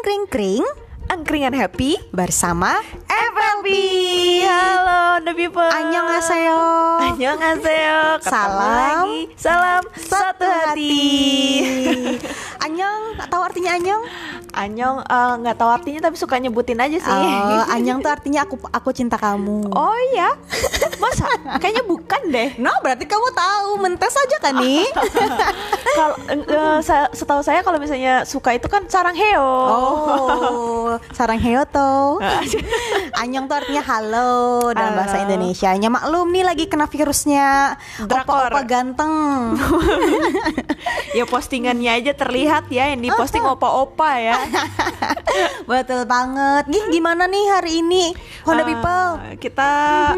Kring-kring Angkringan Happy bersama FLB. Halo the people. Annyeonghaseyo. Annyeonghaseyo. Ketemu Salam. lagi. Salam satu hati. Annyeong, tahu artinya annyeong? Annyeong nggak tahu artinya tapi suka nyebutin aja sih. Oh, annyeong tuh artinya aku cinta kamu. Oh iya. Masa? Kayaknya bukan deh. No, berarti kamu tahu, mentes aja kan nih? Kalau setahu saya kalau misalnya suka itu kan sarangheo. Oh, sarangheo toh. Annyeong tuh artinya halo dalam bahasa Indonesianya. Maklum nih lagi kena virusnya Drakor. opa-opa ganteng. Ya postingannya aja terlihat ya yang diposting opa-opa ya. Betul banget. Gimana nih hari ini Honda People? Kita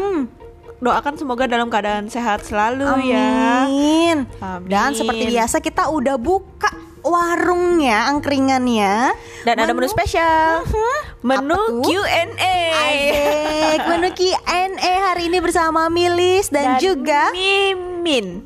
doakan semoga dalam keadaan sehat selalu ya. Amin. Amin. Dan seperti biasa kita udah buka warungnya, angkringannya. Dan ada menu spesial. Menu Apa tuh? Q&A. Asik. Menu Q&A hari ini bersama Milis dan juga Mimin.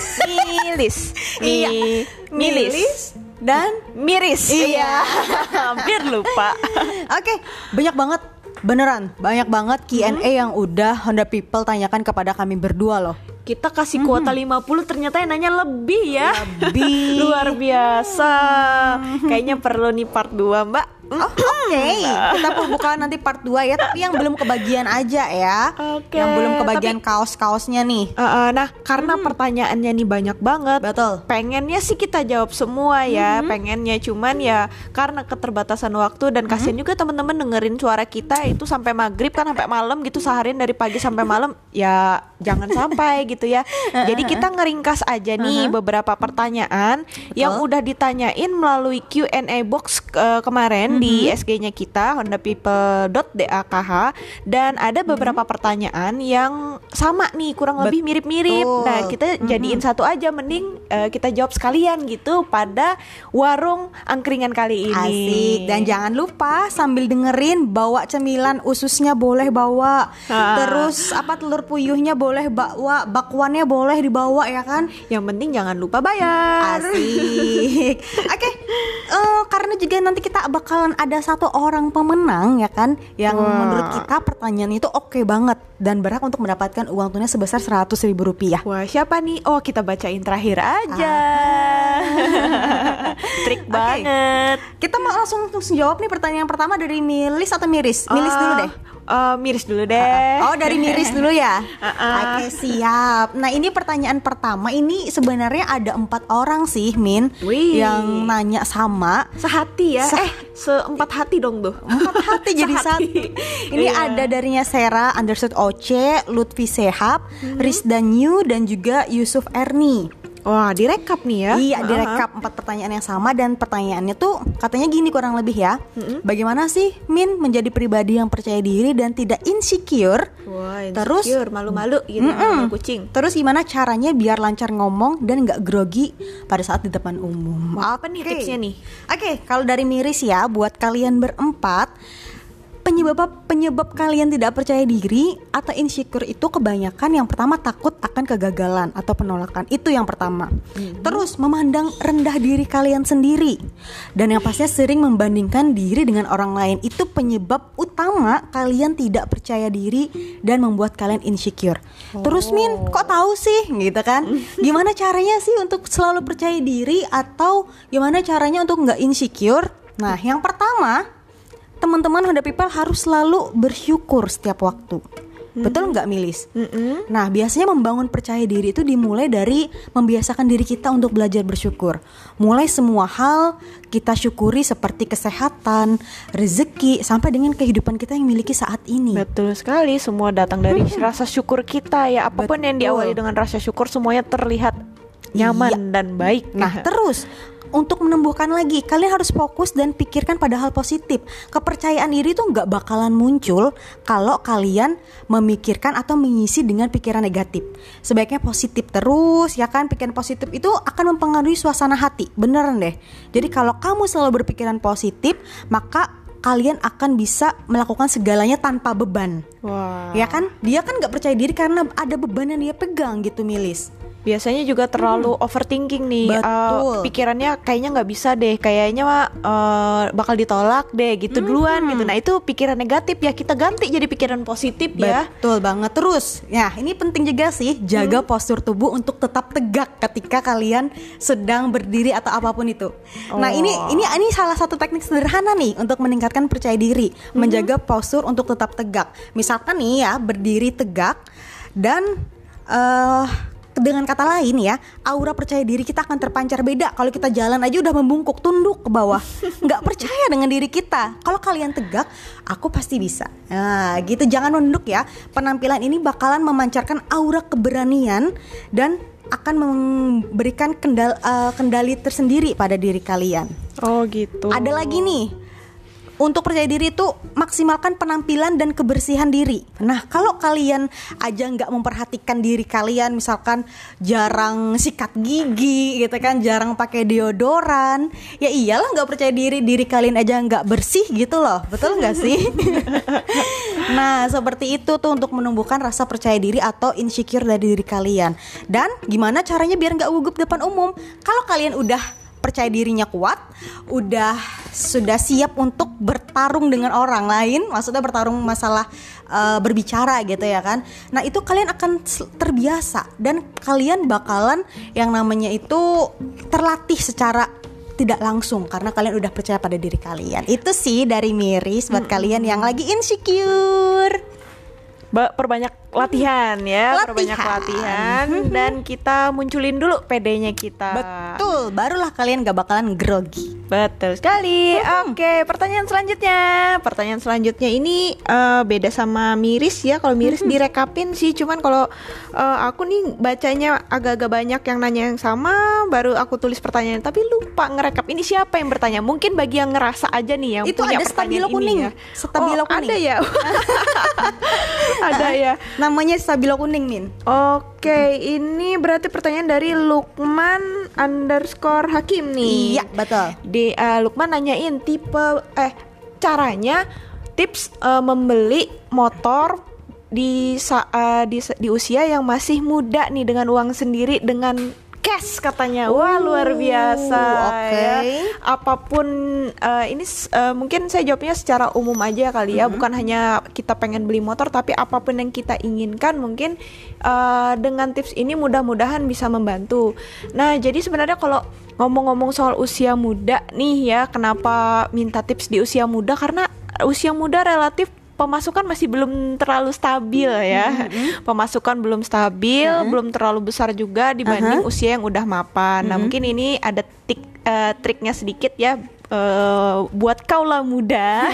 Milis. Iya. Milis. dan Miris. Iya. Hampir lupa. Oke, banyak banget. Beneran, banyak banget Q&A yang udah Honda People tanyakan kepada kami berdua loh. Kita kasih kuota 50, ternyata yang nanya lebih ya. Lebih. Luar biasa. Kayaknya perlu nih part 2, Mbak. Oke, kita pun buka nanti part 2 ya. Tapi yang belum kebagian aja ya. Oke, Yang belum kebagian kaos-kaosnya nih. Nah, karena pertanyaannya nih banyak banget. Betul. Pengennya sih kita jawab semua ya, pengennya cuman ya karena keterbatasan waktu dan kasihan juga teman-teman dengerin suara kita itu sampai maghrib kan sampai malam gitu, seharian dari pagi sampai malam ya jangan sampai gitu ya. Jadi kita ngeringkas aja nih beberapa pertanyaan yang udah ditanyain melalui Q&A box kemarin di SG-nya kita hondapeople.dakh, dan ada beberapa pertanyaan yang sama nih kurang lebih mirip-mirip. Nah, kita jadiin satu aja, mending kita jawab sekalian gitu pada warung angkringan kali ini. Asik. Dan jangan lupa sambil dengerin bawa cemilan ususnya boleh bawa. Terus telur puyuhnya boleh bawa, bakwannya boleh dibawa ya kan? Yang penting jangan lupa bayar. Asik. Oke. Karena juga nanti kita bakalan ada satu orang pemenang ya kan, yang menurut kita pertanyaan itu oke banget dan berhak untuk mendapatkan uang tunai sebesar Rp100.000. Wah, siapa nih? Oh, kita bacain terakhir aja. Trik banget. Kita mau langsung jawab nih pertanyaan pertama dari Milis atau Miris? Milis dulu deh. Miris dulu deh. Oh, dari Miris dulu ya. Oke, siap. Nah, ini pertanyaan pertama ini sebenarnya ada 4 orang sih, Min, yang nanya sama. Sehati ya. Seempat hati dong tuh. 4 hati jadi satu. Ini ada darinya Sera _OC, Lutfi Sehab, Rizda New, dan juga Yusuf Erni. Wah, direkap nih ya. Iya, direkap 4 pertanyaan yang sama, dan pertanyaannya tuh katanya gini kurang lebih ya. Bagaimana sih Min menjadi pribadi yang percaya diri dan tidak insecure? Wah, Terus malu-malu gitu, malu kucing. Terus gimana caranya biar lancar ngomong dan nggak grogi pada saat di depan umum? Apa nih tipsnya nih? Oke, kalau dari Miris ya, buat kalian berempat, penyebab kalian tidak percaya diri atau insecure itu kebanyakan yang pertama takut akan kegagalan atau penolakan. Itu yang pertama. Terus memandang rendah diri kalian sendiri. Dan yang pastinya sering membandingkan diri dengan orang lain. Itu penyebab utama kalian tidak percaya diri dan membuat kalian insecure. Terus Min, kok tahu sih gitu kan? Gimana caranya sih untuk selalu percaya diri atau gimana caranya untuk nggak insecure? Nah, yang pertama, teman-teman Honda People harus selalu bersyukur setiap waktu. Betul nggak, Milis? Nah, biasanya membangun percaya diri itu dimulai dari membiasakan diri kita untuk belajar bersyukur. Mulai semua hal kita syukuri seperti kesehatan, rezeki, sampai dengan kehidupan kita yang miliki saat ini. Betul sekali, semua datang dari rasa syukur kita ya. Apapun yang diawali dengan rasa syukur semuanya terlihat nyaman dan baik. Nah, terus untuk menumbuhkan lagi, kalian harus fokus dan pikirkan pada hal positif. Kepercayaan diri itu nggak bakalan muncul kalau kalian memikirkan atau mengisi dengan pikiran negatif. Sebaiknya positif terus, ya kan? Pikiran positif itu akan mempengaruhi suasana hati. Beneran deh. Jadi kalau kamu selalu berpikiran positif, maka kalian akan bisa melakukan segalanya tanpa beban. Wah. Ya kan? Dia kan nggak percaya diri karena ada beban yang dia pegang gitu, Milis. biasanya juga terlalu overthinking nih. Betul. Pikirannya kayaknya nggak bisa deh, kayaknya bakal ditolak deh gitu duluan gitu. Nah itu pikiran negatif ya, kita ganti jadi pikiran positif ya. Betul banget. Terus, ya ini penting juga sih, jaga postur tubuh untuk tetap tegak ketika kalian sedang berdiri atau apapun itu. Nah ini salah satu teknik sederhana nih untuk meningkatkan percaya diri, menjaga postur untuk tetap tegak. Misalkan nih ya, berdiri tegak dan dengan kata lain ya, aura percaya diri kita akan terpancar beda. Kalau kita jalan aja udah membungkuk, tunduk ke bawah, nggak percaya dengan diri kita. Kalau kalian tegak, aku pasti bisa. Nah gitu, jangan nunduk ya. Penampilan ini bakalan memancarkan aura keberanian dan akan memberikan kendali tersendiri pada diri kalian. Oh gitu. Ada lagi nih, untuk percaya diri itu maksimalkan penampilan dan kebersihan diri. Nah kalau kalian aja nggak memperhatikan diri kalian, misalkan jarang sikat gigi gitu kan, jarang pakai deodoran, ya iyalah nggak percaya diri kalian aja nggak bersih gitu loh, betul nggak sih? Nah seperti itu tuh untuk menumbuhkan rasa percaya diri atau insecure dari diri kalian. Dan gimana caranya biar nggak gugup depan umum? Kalau kalian udah percaya dirinya kuat, sudah siap untuk bertarung dengan orang lain, maksudnya bertarung masalah berbicara gitu ya kan. Nah itu kalian akan terbiasa dan kalian bakalan yang namanya itu terlatih secara tidak langsung karena kalian udah percaya pada diri kalian. Itu sih dari Miris buat kalian yang lagi insecure. Perbanyak latihan ya, perbanyak latihan dan kita munculin dulu PD-nya kita. Betul, barulah kalian gak bakalan grogi. Betul sekali. Oke, pertanyaan selanjutnya ini beda sama Miris ya. Kalau Miris direkapin sih, cuman kalau aku nih bacanya agak-agak banyak yang nanya yang sama, baru aku tulis pertanyaan tapi lupa ngerekap. Ini siapa yang bertanya? Mungkin bagi yang ngerasa aja nih yang itu punya ada pertanyaan stabilo kuning ini ya. Stabilo kuning. Ada ya. Ada ya. Namanya stabilo kuning, Min. Oke, ini berarti pertanyaan dari Lukman_Hakim nih. Iya, betul. Lukman nanyain caranya tips membeli motor di usia yang masih muda nih dengan uang sendiri dengan cash katanya. Wah luar biasa. Okay. Ya. Apapun ini mungkin saya jawabnya secara umum aja kali ya, bukan hanya kita pengen beli motor tapi apapun yang kita inginkan mungkin dengan tips ini mudah-mudahan bisa membantu. Nah jadi sebenarnya kalau ngomong-ngomong soal usia muda nih ya, kenapa minta tips di usia muda? Karena usia muda relatif pemasukan masih belum terlalu stabil ya. Pemasukan belum stabil, belum terlalu besar juga dibanding usia yang udah mapan. Nah, mungkin ini ada triknya sedikit ya buat kaula muda.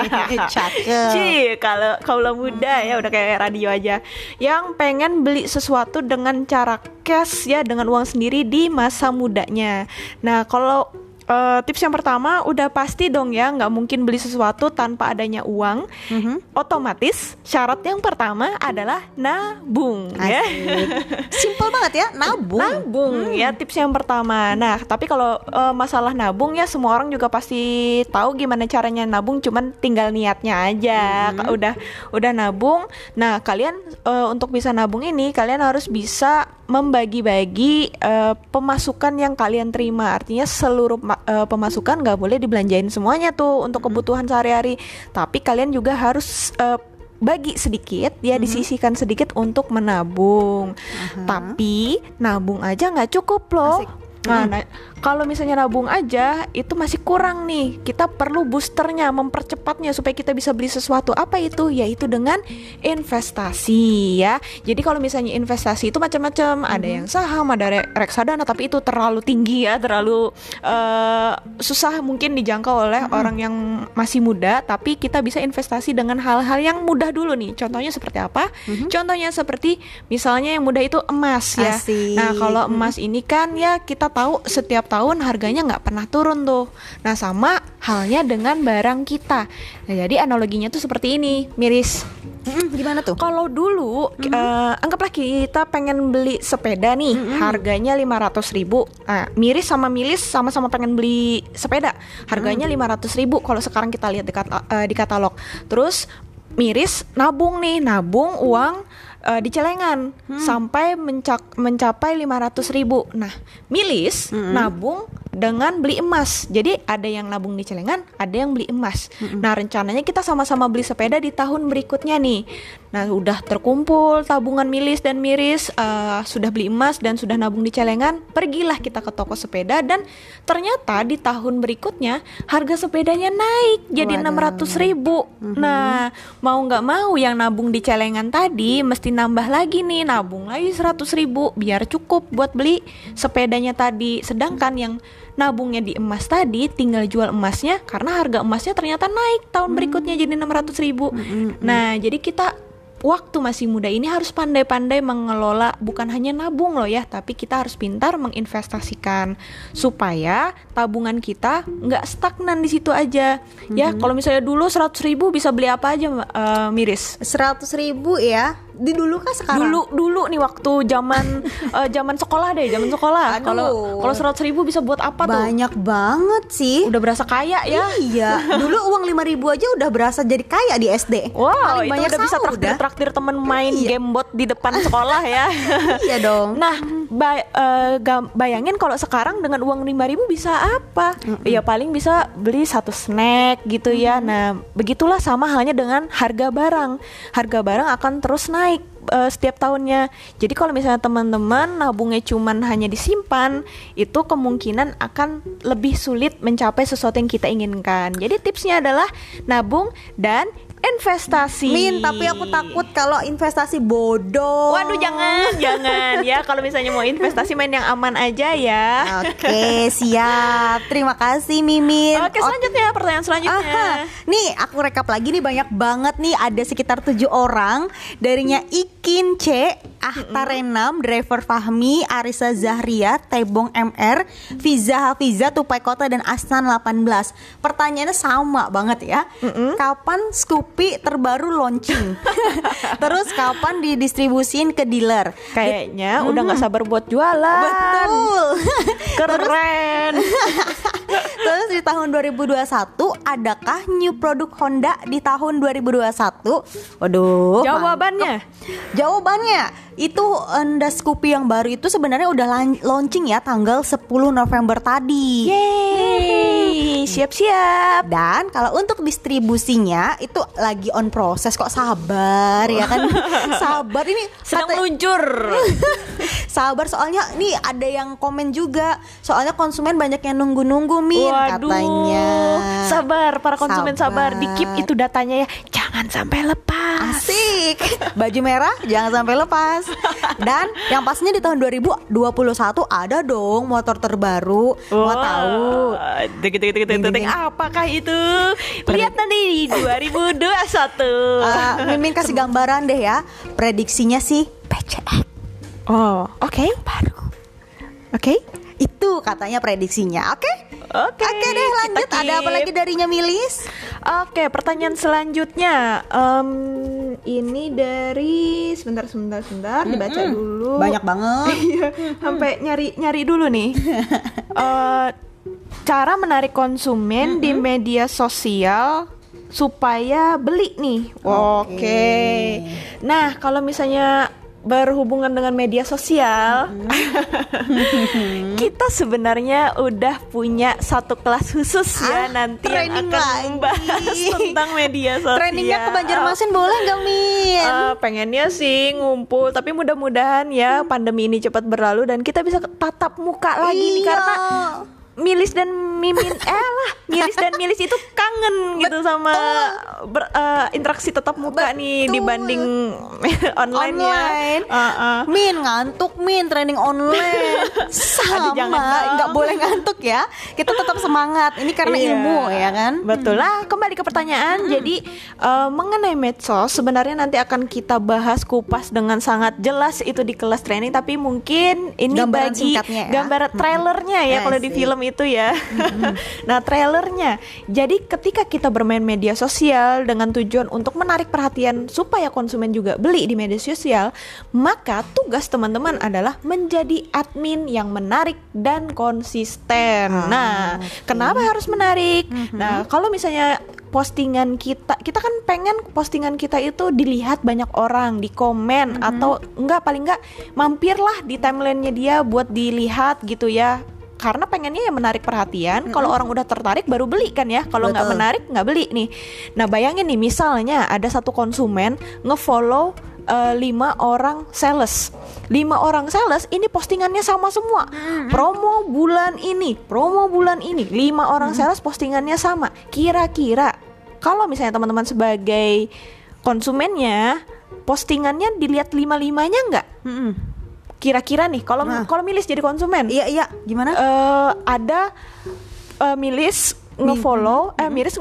Kalau kaula muda ya udah kayak radio aja. Yang pengen beli sesuatu dengan cara cash ya, dengan uang sendiri di masa mudanya. Nah, kalau tips yang pertama udah pasti dong ya, nggak mungkin beli sesuatu tanpa adanya uang. Otomatis syarat yang pertama adalah nabung. Ya. Simple banget ya, nabung. Ya tips yang pertama. Nah tapi kalau masalah nabung ya semua orang juga pasti tahu gimana caranya nabung, cuman tinggal niatnya aja. Udah nabung. Nah kalian untuk bisa nabung ini kalian harus bisa membagi-bagi pemasukan yang kalian terima. Artinya seluruh pemasukan nggak boleh dibelanjain semuanya tuh untuk kebutuhan sehari-hari, tapi kalian juga harus bagi sedikit ya, disisihkan sedikit untuk menabung. Tapi nabung aja nggak cukup loh. Nah, kalau misalnya nabung aja itu masih kurang nih. Kita perlu boosternya, mempercepatnya supaya kita bisa beli sesuatu. Apa itu? Yaitu dengan investasi ya. Jadi kalau misalnya investasi itu macam-macam, ada yang saham, ada reksadana, tapi itu terlalu tinggi ya, terlalu susah mungkin dijangkau oleh orang yang masih muda. Tapi kita bisa investasi dengan hal-hal yang mudah dulu nih. Contohnya seperti apa? Contohnya seperti misalnya yang mudah itu emas ya. Nah kalau emas ini kan ya kita tahu setiap tahun harganya nggak pernah turun tuh. Nah sama halnya dengan barang kita. Nah jadi analoginya tuh seperti ini, Miris. Gimana tuh? Kalau dulu anggaplah kita pengen beli sepeda nih, harganya 500.000. Nah, Miris sama Milis sama-sama pengen beli sepeda, harganya 500.000. Kalau sekarang kita lihat di katalog. Terus Miris nabung uang di celengan sampai mencapai 500.000. Nah, Milis nabung dengan beli emas. Jadi ada yang nabung di celengan, ada yang beli emas. Nah, rencananya kita sama-sama beli sepeda di tahun berikutnya nih. Nah, udah terkumpul tabungan Milis dan Miris, sudah beli emas dan sudah nabung di celengan. Pergilah kita ke toko sepeda dan ternyata di tahun berikutnya harga sepedanya naik jadi 600.000. Nah, mau nggak mau yang nabung di celengan tadi mesti nambah lagi nih, nabung lagi 100.000 biar cukup buat beli sepedanya tadi. Sedangkan yang nabungnya di emas tadi tinggal jual emasnya karena harga emasnya ternyata naik tahun berikutnya jadi 600.000. Nah, jadi kita waktu masih muda ini harus pandai-pandai mengelola, bukan hanya nabung loh ya, tapi kita harus pintar menginvestasikan supaya tabungan kita nggak stagnan di situ aja. Ya, kalau misalnya dulu 100.000 bisa beli apa aja, Miris? 100.000 ya. Di dulu kan sekarang. Dulu nih waktu zaman sekolah deh, zaman sekolah. Kalau 100.000 bisa buat apa tuh? Banyak banget sih. Udah berasa kaya ya. Iya. Dulu uang 5.000 aja udah berasa jadi kaya di SD. Wow, paling itu banyak udah bisa traktir temen main game bot di depan sekolah ya. Iya dong. Nah, bayangin kalau sekarang dengan uang 5.000 bisa apa? Ya paling bisa beli satu snack gitu ya. Nah, begitulah sama halnya dengan harga barang. Harga barang akan terus naik setiap tahunnya. Jadi kalau misalnya teman-teman nabungnya cuman hanya disimpan, itu kemungkinan akan lebih sulit mencapai sesuatu yang kita inginkan. Jadi tipsnya adalah nabung dan investasi. Min, tapi aku takut kalau investasi bodoh. Waduh, jangan ya. Kalau misalnya mau investasi main yang aman aja ya. Oke, siap. Terima kasih Mimin. Oke, selanjutnya pertanyaan selanjutnya. Nih, aku rekap lagi nih, banyak banget nih, ada sekitar 7 orang. Darinya Ikin C, Ahtar Renam, Driver Fahmi, Arisa Zahria, Tebong MR, Fiza Hafiza, Tupai Kota, dan Asnan 18. Pertanyaannya sama banget ya. Kapan Scoopy terbaru launching? Terus kapan didistribusin ke dealer? Kayaknya udah gak sabar buat jualan. Betul. Keren. Terus di tahun 2021 adakah new produk Honda di tahun 2021? Waduh. Jawabannya itu Honda Scoopy yang baru itu sebenarnya udah launching ya tanggal 10 November tadi. Yeay, siap-siap. Dan kalau untuk distribusinya itu lagi on proses, kok sabar ya kan. Sabar, ini sedang meluncur. Sabar, soalnya nih ada yang komen juga, soalnya konsumen banyak yang nunggu-nunggu Min. Waduh, katanya. Sabar, para konsumen sabar. Di-keep itu datanya ya, jangan sampai lepas. Asik. Baju merah jangan sampai lepas. Dan yang pastinya di tahun 2021 ada dong motor terbaru. Mau tahu? Apakah itu? Lihat nanti di 2021. Mimin kasih gambaran deh ya. Prediksinya sih PCX. Oh, oke. Baru. Oke? Itu katanya prediksinya. Oke deh, lanjut. Ada apa lagi darinya Milis? Oke, pertanyaan selanjutnya. Ini dari sebentar dibaca dulu. Banyak banget. Sampai nyari dulu nih. Cara menarik konsumen di media sosial supaya beli nih. Oke. Nah, kalau misalnya berhubungan dengan media sosial, kita sebenarnya udah punya satu kelas khusus ya nanti yang akan membahas tentang media sosial. Trainingnya ke Banjarmasin boleh nggak Min? Pengennya sih ngumpul, tapi mudah-mudahan ya pandemi ini cepat berlalu dan kita bisa tatap muka lagi nih, karena Milis dan Milis itu kangen gitu sama interaksi tatap muka nih dibanding online. Ya. Min, ngantuk Min, training online. Sama, nggak boleh ngantuk ya. Kita tetap semangat. Ini karena ilmu ya kan. Betul lah. Kembali ke pertanyaan. Jadi mengenai medsos sebenarnya nanti akan kita bahas kupas dengan sangat jelas itu di kelas training. Tapi mungkin ini gambaran bagi gambaran trailernya ya kalau di film itu ya. Nah, trailernya. Jadi ketika kita bermain media sosial dengan tujuan untuk menarik perhatian supaya konsumen juga beli di media sosial, maka tugas teman-teman adalah menjadi admin yang menarik dan konsisten. Nah, kenapa harus menarik? Nah, kalau misalnya postingan kita kan pengen postingan kita itu dilihat banyak orang, di komen atau paling enggak mampirlah di timelinenya dia buat dilihat gitu ya. Karena pengennya ya menarik perhatian. Kalau orang udah tertarik baru beli kan ya. Kalau nggak menarik nggak beli nih. Nah bayangin nih, misalnya ada satu konsumen ngefollow 5 orang sales. 5 orang sales ini postingannya sama semua. Promo bulan ini, 5 orang sales postingannya sama. Kira-kira kalau misalnya teman-teman sebagai konsumennya, postingannya dilihat 5-5-nya nggak? Kira-kira nih kalau Milis jadi konsumen. Iya, gimana? Ada Milis ngefollow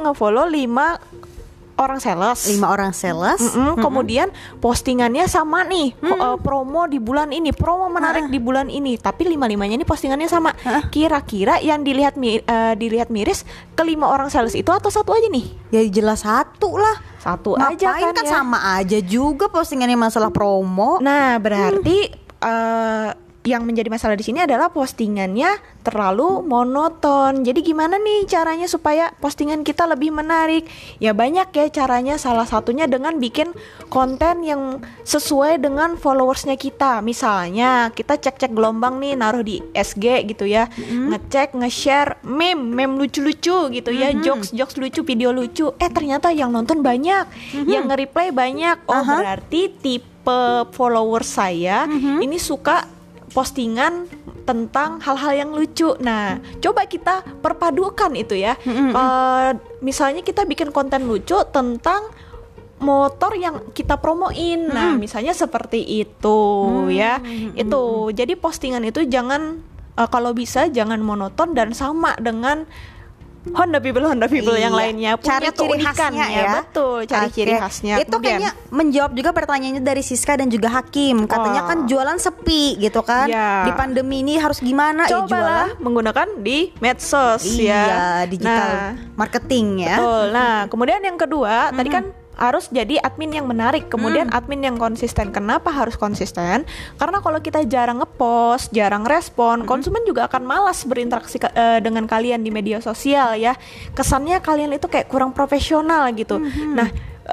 5 orang sales. Kemudian postingannya sama nih, promo di bulan ini, promo menarik di bulan ini, tapi 5-5-nya ini postingannya sama. Kira-kira yang dilihat miris ke 5 orang sales itu atau satu aja nih? Ya jelas satu lah. Satu ngapain aja kan ya? Sama aja juga postingannya masalah promo. Nah berarti yang menjadi masalah di sini adalah postingannya terlalu monoton. Jadi gimana nih caranya supaya postingan kita lebih menarik? Ya banyak ya caranya. Salah satunya dengan bikin konten yang sesuai dengan followersnya kita. Misalnya kita cek gelombang nih, naruh di SG gitu ya, ngecek, nge-share meme lucu-lucu gitu ya, jokes lucu, video lucu. Ternyata yang nonton banyak, yang nge-reply banyak. Berarti tipe followers saya ini suka postingan tentang hal-hal yang lucu. Nah, coba kita perpadukan itu ya. Misalnya kita bikin konten lucu tentang motor yang kita promoin. Nah, misalnya seperti itu ya. Itu. Jadi postingan itu jangan kalau bisa jangan monoton dan sama dengan Honda People yang lainnya, punya cari ciri khasnya ya. Betul, cari ciri khasnya. Itu kayaknya menjawab juga pertanyaannya dari Siska dan juga Hakim. Katanya kan jualan sepi gitu kan. Di pandemi ini harus gimana? Cobalah menggunakan di medsos ya. Digital marketing ya. Betul. Nah, kemudian yang kedua, tadi kan harus jadi admin yang menarik, kemudian admin yang konsisten. Kenapa harus konsisten? Karena kalau kita jarang ngepost, jarang respon, konsumen juga akan malas berinteraksi dengan kalian di media sosial ya. Kesannya kalian itu kayak kurang profesional gitu. Nah,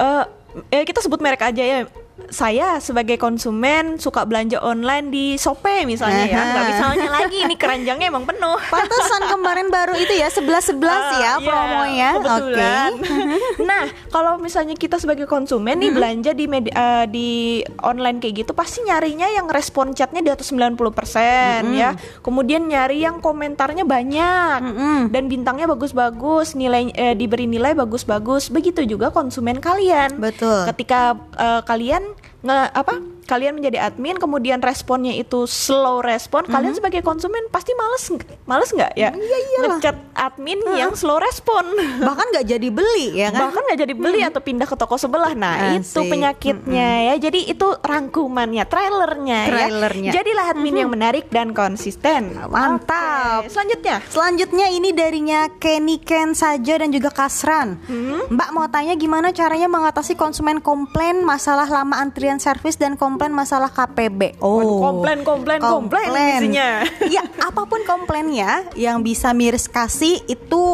kita sebut merek aja ya. Saya sebagai konsumen suka belanja online di Shopee misalnya ya. Nggak misalnya lagi, ini keranjangnya emang penuh. Pantesan kemarin baru itu ya 11-11 ya promonya. Oke. Nah, kalau misalnya kita sebagai konsumen nih belanja di online kayak gitu, pasti nyarinya yang respon chatnya di atas 90% ya. Kemudian nyari yang komentarnya banyak dan bintangnya bagus-bagus, diberi nilai bagus-bagus. Begitu juga konsumen kalian. Betul. Ketika kalian kalian menjadi admin, kemudian responnya itu slow respon, kalian sebagai konsumen pasti males nggak ya ngechat admin yang slow respon, bahkan nggak jadi beli ya kan, atau pindah ke toko sebelah. Nah itu penyakitnya ya. Jadi itu rangkumannya, trailernya ya. Jadilah admin yang menarik dan konsisten. Mantap. Selanjutnya ini darinya Ken saja dan juga Kasran. Mbak mau tanya gimana caranya mengatasi konsumen komplain masalah lama antrian servis dan komplain masalah KPB. Komplain isinya. Ya, apapun komplainnya yang bisa Miris kasih itu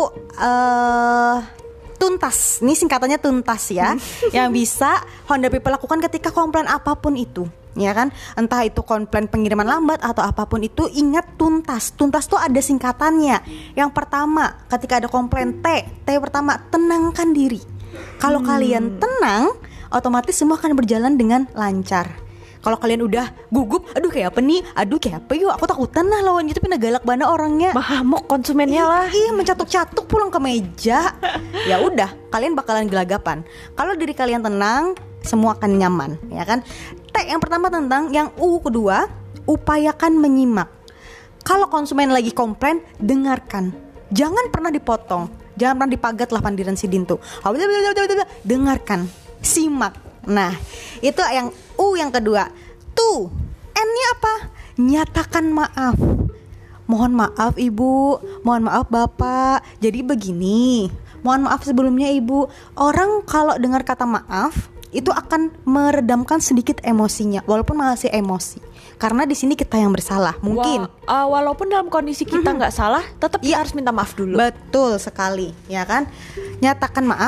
tuntas. Ini singkatannya tuntas ya. Yang bisa Honda People lakukan ketika komplain apapun itu. Ya kan? Entah itu komplain pengiriman lambat atau apapun itu, ingat tuntas. Tuntas tuh ada singkatannya. Yang pertama, ketika ada komplain T pertama, tenangkan diri. Kalau kalian tenang, otomatis semua akan berjalan dengan lancar. Kalau kalian udah gugup, aduh kayak apa nih, yuk aku takutan lah lawan gitu, pindah galak bana orangnya, mahamuk konsumennya lah, mencatuk-catuk pulang ke meja. Ya udah, kalian bakalan gelagapan. Kalau diri kalian tenang, semua akan nyaman, ya kan. Yang pertama tentang, yang kedua, upayakan menyimak. Kalau konsumen lagi komplain, dengarkan, jangan pernah dipotong, jangan pernah dipagat lah pandiran sidin tuh. Dengarkan, simak. Nah, itu yang yang kedua. Tuh, N-nya apa? Nyatakan maaf. Mohon maaf Ibu, mohon maaf Bapak. Jadi begini, mohon maaf sebelumnya Ibu. Orang kalau dengar kata maaf itu akan meredamkan sedikit emosinya, walaupun masih emosi. Karena di sini kita yang bersalah, mungkin. Walaupun dalam kondisi kita nggak salah, tetap harus minta maaf dulu. Betul sekali, ya kan? Nyatakan maaf,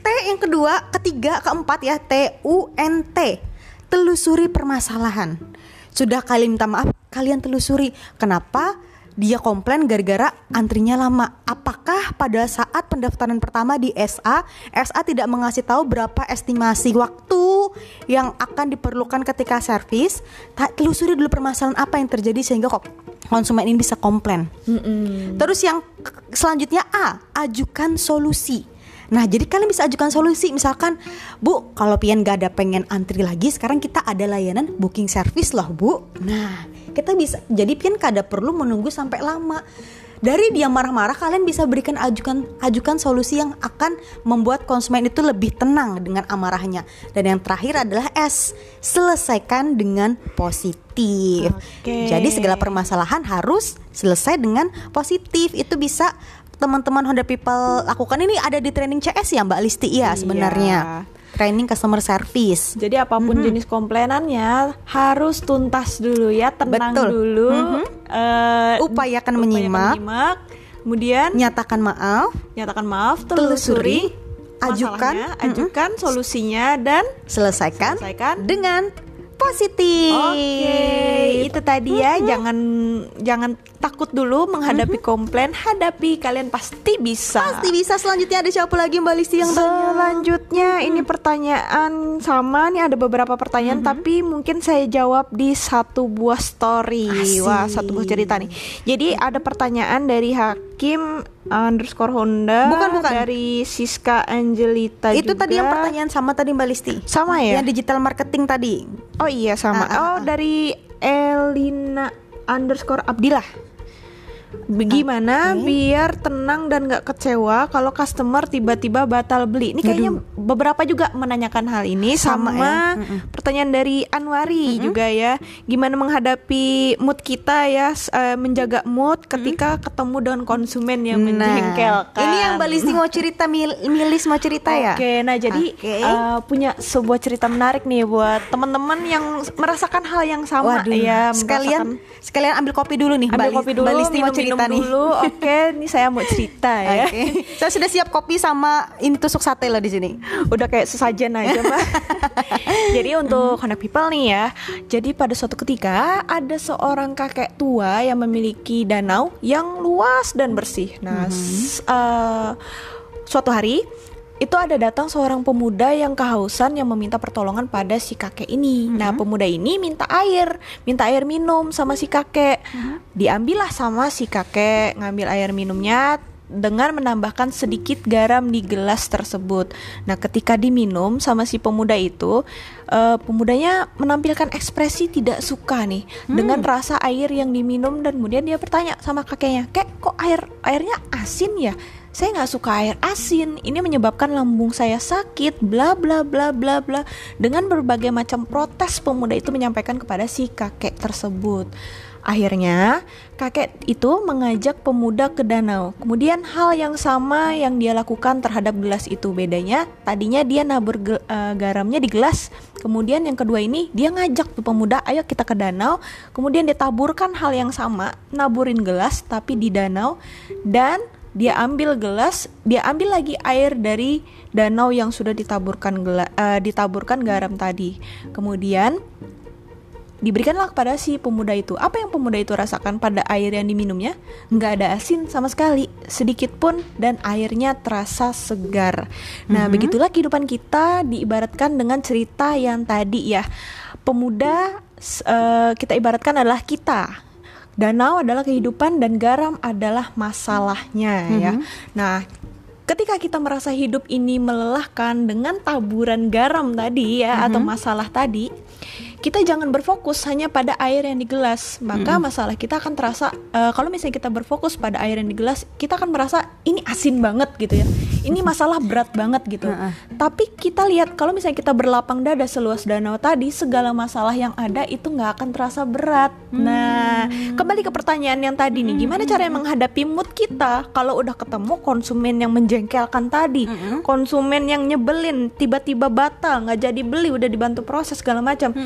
yang kedua, ketiga, keempat ya, TUNT. Telusuri permasalahan. Sudah kalian minta maaf, kalian telusuri kenapa dia komplain gara-gara antrinya lama. Apakah pada saat pendaftaran pertama di SA tidak mengasih tahu berapa estimasi waktu yang akan diperlukan ketika servis? Telusuri dulu permasalahan apa yang terjadi sehingga konsumen ini bisa komplain. Terus yang selanjutnya ajukan solusi. Nah, jadi kalian bisa ajukan solusi. Misalkan, Bu, kalau pian gak ada pengen antri lagi, sekarang kita ada layanan booking service loh, Bu. Nah, kita bisa, jadi pian kada perlu menunggu sampai lama. Dari dia marah-marah, kalian bisa berikan ajukan solusi yang akan membuat konsumen itu lebih tenang dengan amarahnya. Dan yang terakhir adalah S, selesaikan dengan positif. Jadi segala permasalahan harus selesai dengan positif. Itu bisa teman-teman Honda People lakukan. Ini ada di training CS ya Mbak Listi ya sebenarnya. Training customer service. Jadi apapun jenis komplainannya harus tuntas dulu ya, tenang dulu. Upayakan menyimak. Kemudian nyatakan maaf, telusuri, ajukan solusinya dan selesaikan dengan positif. Oke, itu tadi ya. Jangan takut dulu menghadapi komplain, hadapi, kalian pasti bisa. Pasti bisa. Selanjutnya ada siapa lagi Mbak Listi yang selanjutnya ini pertanyaan sama nih, ada beberapa pertanyaan tapi mungkin saya jawab di satu buah story. Wah, satu buah cerita nih. Jadi ada pertanyaan dari Hakim _Honda, bukan dari Siska Angelita. Itu juga. Tadi yang pertanyaan sama tadi Mbak Listi. Sama ya? Yang digital marketing tadi. Oh iya sama. Dari Elina _Abdillah. Bagaimana biar tenang dan gak kecewa kalau customer tiba-tiba batal beli? Ini kayaknya beberapa juga menanyakan hal ini. Sama pertanyaan dari Anwari juga ya. Gimana menghadapi mood kita ya, menjaga mood ketika ketemu dengan konsumen yang menjengkelkan. Ini yang Mbak Listi mau cerita, Milis mau cerita ya? Oke, nah jadi punya sebuah cerita menarik nih buat teman-teman yang merasakan hal yang sama. Waduh, ya. Sekalian ambil kopi dulu nih. Ambil kopi dulu, Mbak Listi mau cerita nih. Dulu. Oke, ini saya mau cerita ya. Saya sudah siap kopi sama ini tusuk sate loh di sini. Udah kayak sesajen aja, Mbak. Jadi untuk Honda People nih ya. Jadi pada suatu ketika ada seorang kakek tua yang memiliki danau yang luas dan bersih. Nah, suatu hari itu ada datang seorang pemuda yang kehausan yang meminta pertolongan pada si kakek ini. Nah, pemuda ini minta air minum sama si kakek. Diambillah sama si kakek, ngambil air minumnya dengan menambahkan sedikit garam di gelas tersebut. Nah, ketika diminum sama si pemuda itu, pemudanya menampilkan ekspresi tidak suka nih dengan rasa air yang diminum, dan kemudian dia bertanya sama kakeknya, "Kek, kok airnya asin ya? Saya nggak suka air asin, ini menyebabkan lambung saya sakit, bla bla bla bla bla." Dengan berbagai macam protes, pemuda itu menyampaikan kepada si kakek tersebut. Akhirnya kakek itu mengajak pemuda ke danau. Kemudian hal yang sama yang dia lakukan terhadap gelas itu. Bedanya tadinya dia nabur garamnya di gelas, kemudian yang kedua ini dia ngajak tuh pemuda, "Ayo kita ke danau." Kemudian dia taburkan hal yang sama, naburin gelas tapi di danau, dan dia ambil lagi air dari danau yang sudah ditaburkan garam tadi. Kemudian diberikanlah kepada si pemuda itu. Apa yang pemuda itu rasakan pada air yang diminumnya? Nggak ada asin sama sekali, sedikit pun, dan airnya terasa segar. Nah, begitulah kehidupan kita diibaratkan dengan cerita yang tadi ya. Pemuda kita ibaratkan adalah kita. Danau adalah kehidupan dan garam adalah masalahnya ya. Nah, ketika kita merasa hidup ini melelahkan dengan taburan garam tadi ya, atau masalah tadi, kita jangan berfokus hanya pada air yang di gelas. Maka masalah kita akan terasa, kalau misalnya kita berfokus pada air yang di gelas, kita akan merasa ini asin banget gitu ya. Ini masalah berat banget gitu. Tapi kita lihat, kalau misalnya kita berlapang dada seluas danau tadi, segala masalah yang ada itu nggak akan terasa berat. Nah, kembali ke pertanyaan yang tadi nih, gimana cara menghadapi mood kita kalau udah ketemu konsumen yang menjengkelkan tadi, konsumen yang nyebelin, tiba-tiba batal, nggak jadi beli, udah dibantu proses segala macam.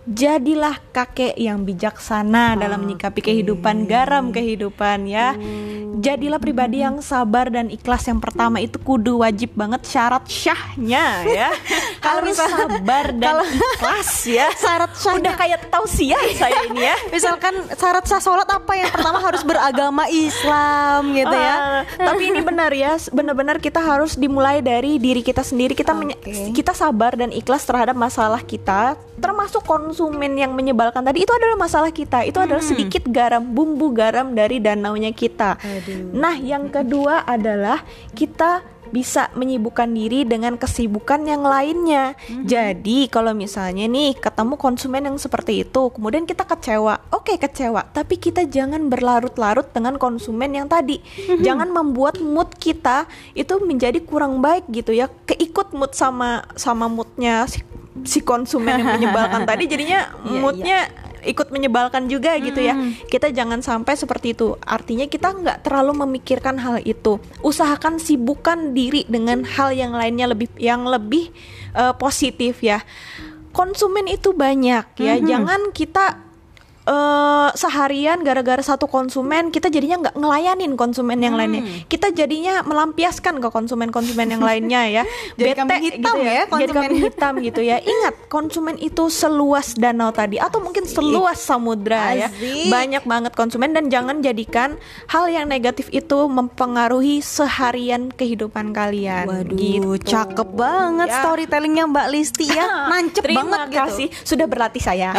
jadilah kakek yang bijaksana dalam menyikapi kehidupan, garam kehidupan ya. Jadilah pribadi yang sabar dan ikhlas. Yang pertama itu kudu wajib banget syarat syahnya ya. Harus sabar dan ikhlas ya. Syarat syah Udah kayak tausiah saya ini ya. misalkan syarat sah sholat apa? Yang pertama harus beragama Islam gitu ya. Tapi ini benar ya, benar-benar kita harus dimulai dari diri kita sendiri. Kita sabar dan ikhlas terhadap masalah kita, termasuk konsumen yang menyebalkan tadi. Itu adalah masalah kita. Itu adalah sedikit garam, bumbu garam dari danaunya kita. Nah, yang kedua adalah kita bisa menyibukkan diri dengan kesibukan yang lainnya. Jadi kalau misalnya nih ketemu konsumen yang seperti itu, kemudian kita kecewa, oke kecewa, tapi kita jangan berlarut-larut dengan konsumen yang tadi. Jangan membuat mood kita itu menjadi kurang baik gitu ya, keikut mood sama moodnya si konsumen yang menyebalkan tadi, jadinya moodnya ikut menyebalkan juga gitu ya. Kita jangan sampai seperti itu. Artinya kita nggak terlalu memikirkan hal itu. Usahakan sibukkan diri dengan hal yang lainnya yang lebih positif ya. Konsumen itu banyak ya. Jangan kita seharian gara-gara satu konsumen kita jadinya nggak ngelayanin konsumen yang lainnya. Kita jadinya melampiaskan ke konsumen-konsumen yang lainnya ya. Jadi kambing hitam gitu ya, jadi kambing hitam gitu ya. Ingat, konsumen itu seluas danau tadi atau mungkin seluas samudra ya. Banyak banget konsumen, dan jangan jadikan hal yang negatif itu mempengaruhi seharian kehidupan kalian. Waduh, gitu. cakep banget Ya. storytellingnya Mbak Listi ya. Nancep banget Terima kasih, sudah berlatih saya.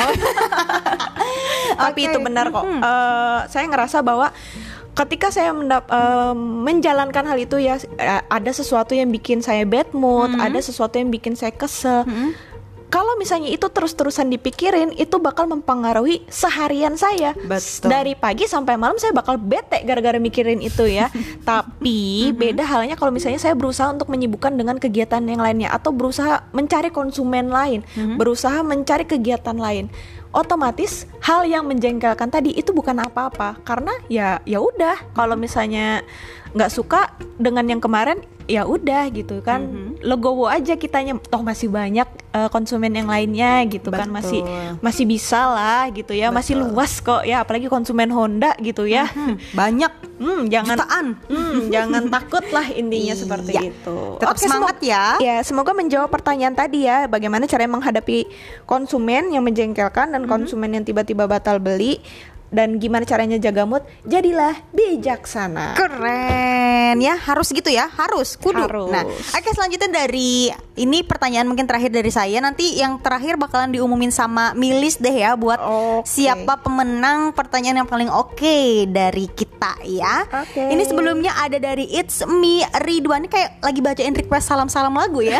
Tapi Oke. itu benar kok. Saya ngerasa bahwa ketika saya menjalankan hal itu ya, ada sesuatu yang bikin saya bad mood, ada sesuatu yang bikin saya kesel. Kalau misalnya itu terus-terusan dipikirin, itu bakal mempengaruhi seharian saya. Betul. Dari pagi sampai malam saya bakal bete gara-gara mikirin itu ya. Tapi beda halnya kalau misalnya saya berusaha untuk menyibukkan dengan kegiatan yang lainnya, atau berusaha mencari konsumen lain, berusaha mencari kegiatan lain. Otomatis hal yang menjengkelkan tadi itu bukan apa-apa, karena ya udah, kalau misalnya nggak suka dengan yang kemarin ya udah gitu kan, legowo aja kitanya, toh masih banyak konsumen yang lainnya gitu. Betul. Kan masih bisa lah gitu ya. Betul. Masih luas kok ya, apalagi konsumen Honda gitu ya. Banyak, jangan jutaan. Jangan takut lah intinya seperti itu. Tetap semangat ya. Ya, semoga menjawab pertanyaan tadi ya, bagaimana cara menghadapi konsumen yang menjengkelkan dan konsumen yang tiba-tiba batal beli, dan gimana caranya jaga mood. Jadilah bijaksana. Keren ya, harus gitu ya, kudu. Harus. Nah, oke, selanjutnya dari ini pertanyaan mungkin terakhir dari saya. Nanti yang terakhir bakalan diumumin sama Milis deh ya, buat siapa pemenang pertanyaan yang paling oke dari kita ya. Ini sebelumnya ada dari It's Me Ridwan. Ini kayak lagi bacain request salam-salam lagu ya.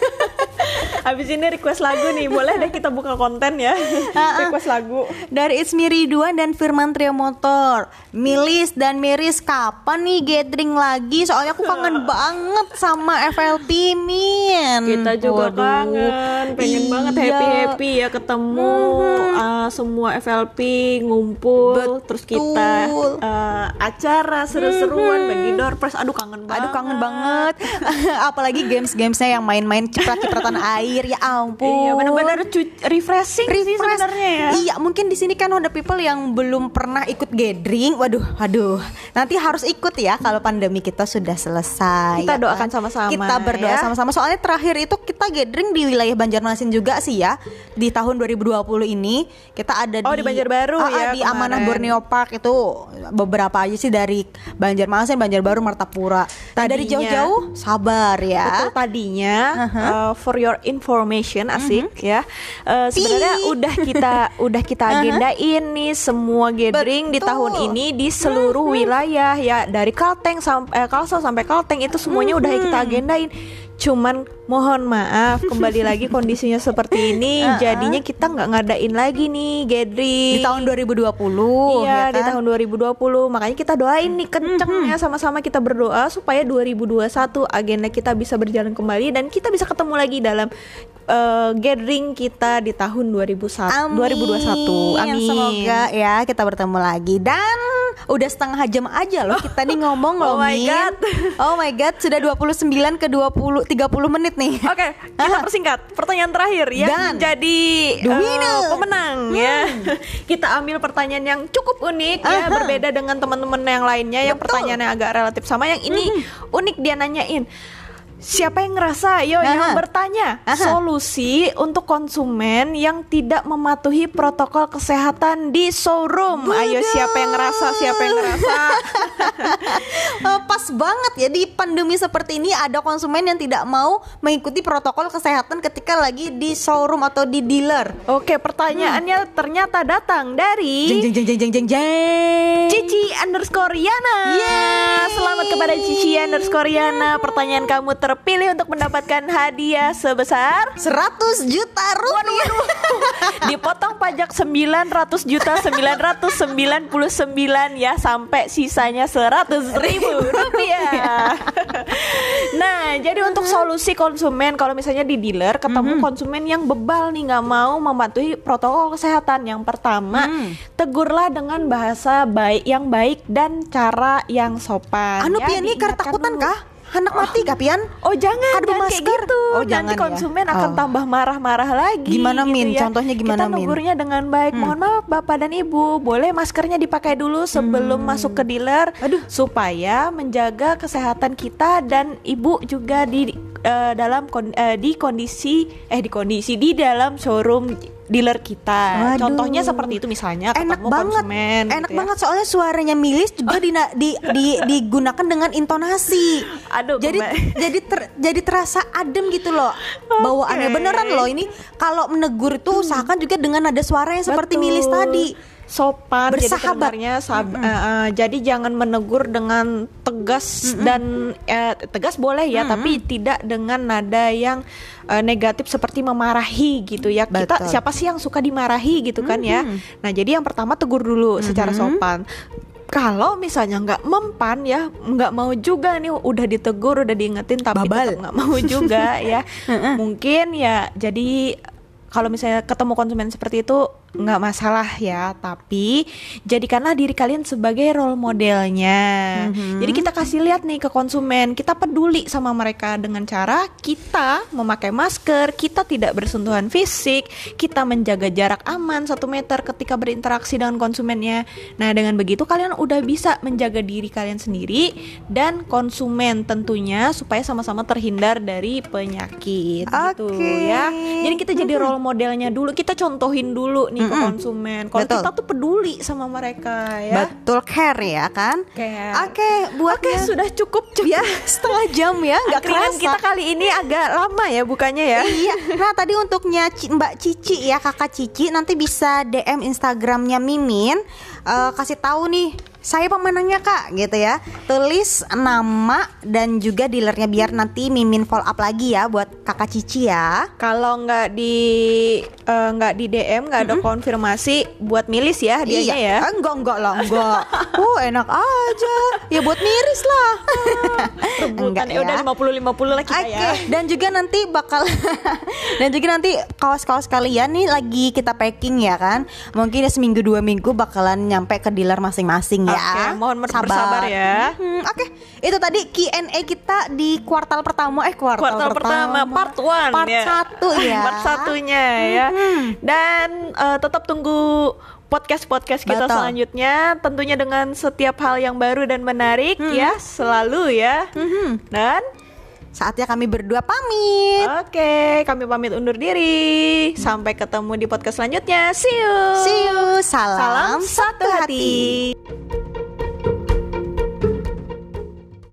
Habis ini request lagu nih, boleh deh kita buka konten ya. Request lagu dari It's Me Ridwan dan Firman Trio Motor. Milis dan Miris, kapan nih gathering lagi? Soalnya aku kangen banget sama FLP Min. Kita juga kangen, pengen banget happy ya ketemu semua FLP ngumpul. Betul. Terus kita acara seru-seruan, bagi door prize. Aduh kangen banget. Apalagi games-gamesnya yang main-main cipratan air, ya ampun. Iya, benar-benar refreshing sih sebenarnya ya. Iya, mungkin di sini kan Honda People yang belum pernah ikut gathering, waduh, nanti harus ikut ya kalau pandemi kita sudah selesai. Kita ya doakan kan? sama-sama. Kita berdoa ya. sama-sama. Soalnya terakhir itu kita gathering di wilayah Banjarmasin juga sih ya. Di tahun 2020 ini kita ada di Banjarbaru ya. Di Amanah Borneo Park itu beberapa aja sih, dari Banjarmasin, Banjarbaru, Martapura. Dari jauh-jauh sabar ya. Betul, tadinya for your information, asik ya. Sebenarnya udah kita agendain nih semua gathering di tahun ini di seluruh wilayah ya, dari Kalteng sampai Kalsel sampai Kalteng, itu semuanya udah kita agendain. Cuman mohon maaf, kembali lagi kondisinya seperti ini, jadinya kita nggak ngadain lagi nih gathering di tahun 2020. Iya, ya kan? di tahun 2020. Makanya kita doain nih kenceng ya, sama-sama kita berdoa supaya 2021 agenda kita bisa berjalan kembali dan kita bisa ketemu lagi dalam gathering kita di tahun 2021. Amin. Semoga ya kita bertemu lagi. Dan Udah setengah jam aja loh kita nih ngomong loh, Oh my Min. God. Oh my god, sudah 29 ke 30 menit nih. Oke, kita persingkat. Pertanyaan terakhir yang Dan jadi the winner. pemenang ya. Kita ambil pertanyaan yang cukup unik ya, berbeda dengan teman-teman yang lainnya yang pertanyaannya agak relatif sama. Yang ini unik, dia nanyain, siapa yang ngerasa? Yang bertanya solusi untuk konsumen yang tidak mematuhi protokol kesehatan di showroom. Ayo, siapa yang ngerasa? Siapa yang ngerasa? Pas banget ya, di pandemi seperti ini ada konsumen yang tidak mau mengikuti protokol kesehatan ketika lagi di showroom atau di dealer. Oke, pertanyaannya ternyata datang dari Jeng. Cici_Yana. Selamat kepada Cici_Yana. Pertanyaan kamu terpilih untuk mendapatkan hadiah sebesar 100 juta rupiah. dipotong pajak 900.999 ya, sampai sisanya 100.000 rupiah. Nah, jadi untuk solusi konsumen kalau misalnya di dealer ketemu konsumen yang bebal nih, nggak mau mematuhi protokol kesehatan. Yang pertama, tegurlah dengan bahasa yang baik dan cara yang sopan. Anu ya, pian nih diingatkan ketakutan dulu. kah? Anak mati kah pian? Oh jangan, Ada jangan kayak masker? gitu. Oh, Nanti jangan ya. konsumen akan tambah marah-marah lagi. Gimana, gitu Min? ya. Contohnya gimana, Kita Min? negurnya dengan baik. Mohon maaf Bapak dan Ibu, boleh maskernya dipakai dulu sebelum masuk ke dealer, supaya menjaga kesehatan kita dan Ibu juga di dalam showroom dealer kita. Waduh. Contohnya seperti itu, misalnya Enak ketemu banget, konsumen. enak gitu ya. banget soalnya suaranya Milis juga digunakan dengan intonasi. Aduh, jadi terasa adem gitu loh. Bawaannya beneran loh ini. Kalau menegur itu usahakan juga dengan nada suara yang seperti Betul. Milis tadi. Sopan, Bersahabat. jadi sebenarnya jadi jangan menegur dengan tegas dan tegas boleh ya, tapi tidak dengan nada yang negatif seperti memarahi gitu ya. Kita Betul. siapa sih yang suka dimarahi gitu kan ya. Nah, jadi yang pertama tegur dulu secara sopan. Kalau misalnya nggak mempan ya, nggak mau juga nih, udah ditegur, udah diingetin tapi Babal. tetap nggak mau juga ya. Mungkin ya, jadi kalau misalnya ketemu konsumen seperti itu nggak masalah ya, tapi jadikanlah diri kalian sebagai role modelnya. Jadi kita kasih lihat nih ke konsumen, kita peduli sama mereka dengan cara kita memakai masker, kita tidak bersentuhan fisik, kita menjaga jarak aman 1 meter ketika berinteraksi dengan konsumennya. Nah, dengan begitu kalian udah bisa menjaga diri kalian sendiri dan konsumen tentunya, supaya sama-sama terhindar dari penyakit gitu ya. Jadi kita jadi role modelnya dulu, kita contohin dulu nih ke konsumen. Kalau Betul. kita tuh peduli sama mereka ya. Betul, care ya kan? Care. Oke, Sudah cukup ya setengah jam ya, nggak Angkringan kerasa. kita kali ini agak lama ya bukanya ya. Iya. Nah, tadi untuknya Mbak Cici ya, Kakak Cici, nanti bisa DM Instagramnya Mimin, kasih tahu nih, saya pemenangnya Kak, gitu ya. Tulis nama dan juga dealernya, biar nanti Mimin follow up lagi ya buat Kakak Cici ya. Kalau nggak di DM, nggak ada konfirmasi, buat milis ya hadiahnya ya. Enggak lah, enggak. Enak aja. Ya buat miris lah. Rebutan ya udah 50-50 lah kita ya. Dan juga nanti kaos-kaos kalian nih lagi kita packing ya kan. Mungkin ya seminggu 2 minggu bakalan nyampe ke dealer masing-masing ya. Oke, mohon bersabar ya. Oke, itu tadi Q&A kita di kuartal pertama. Kuartal pertama part 1 part ya. 1 ya. Part 1-nya ya. Dan tetap tunggu podcast-podcast kita Betul. selanjutnya, tentunya dengan setiap hal yang baru dan menarik ya, selalu ya. Dan saatnya kami berdua pamit. oke, kami pamit undur diri. Sampai ketemu di podcast selanjutnya. See you. See you. Salam Salam satu hati.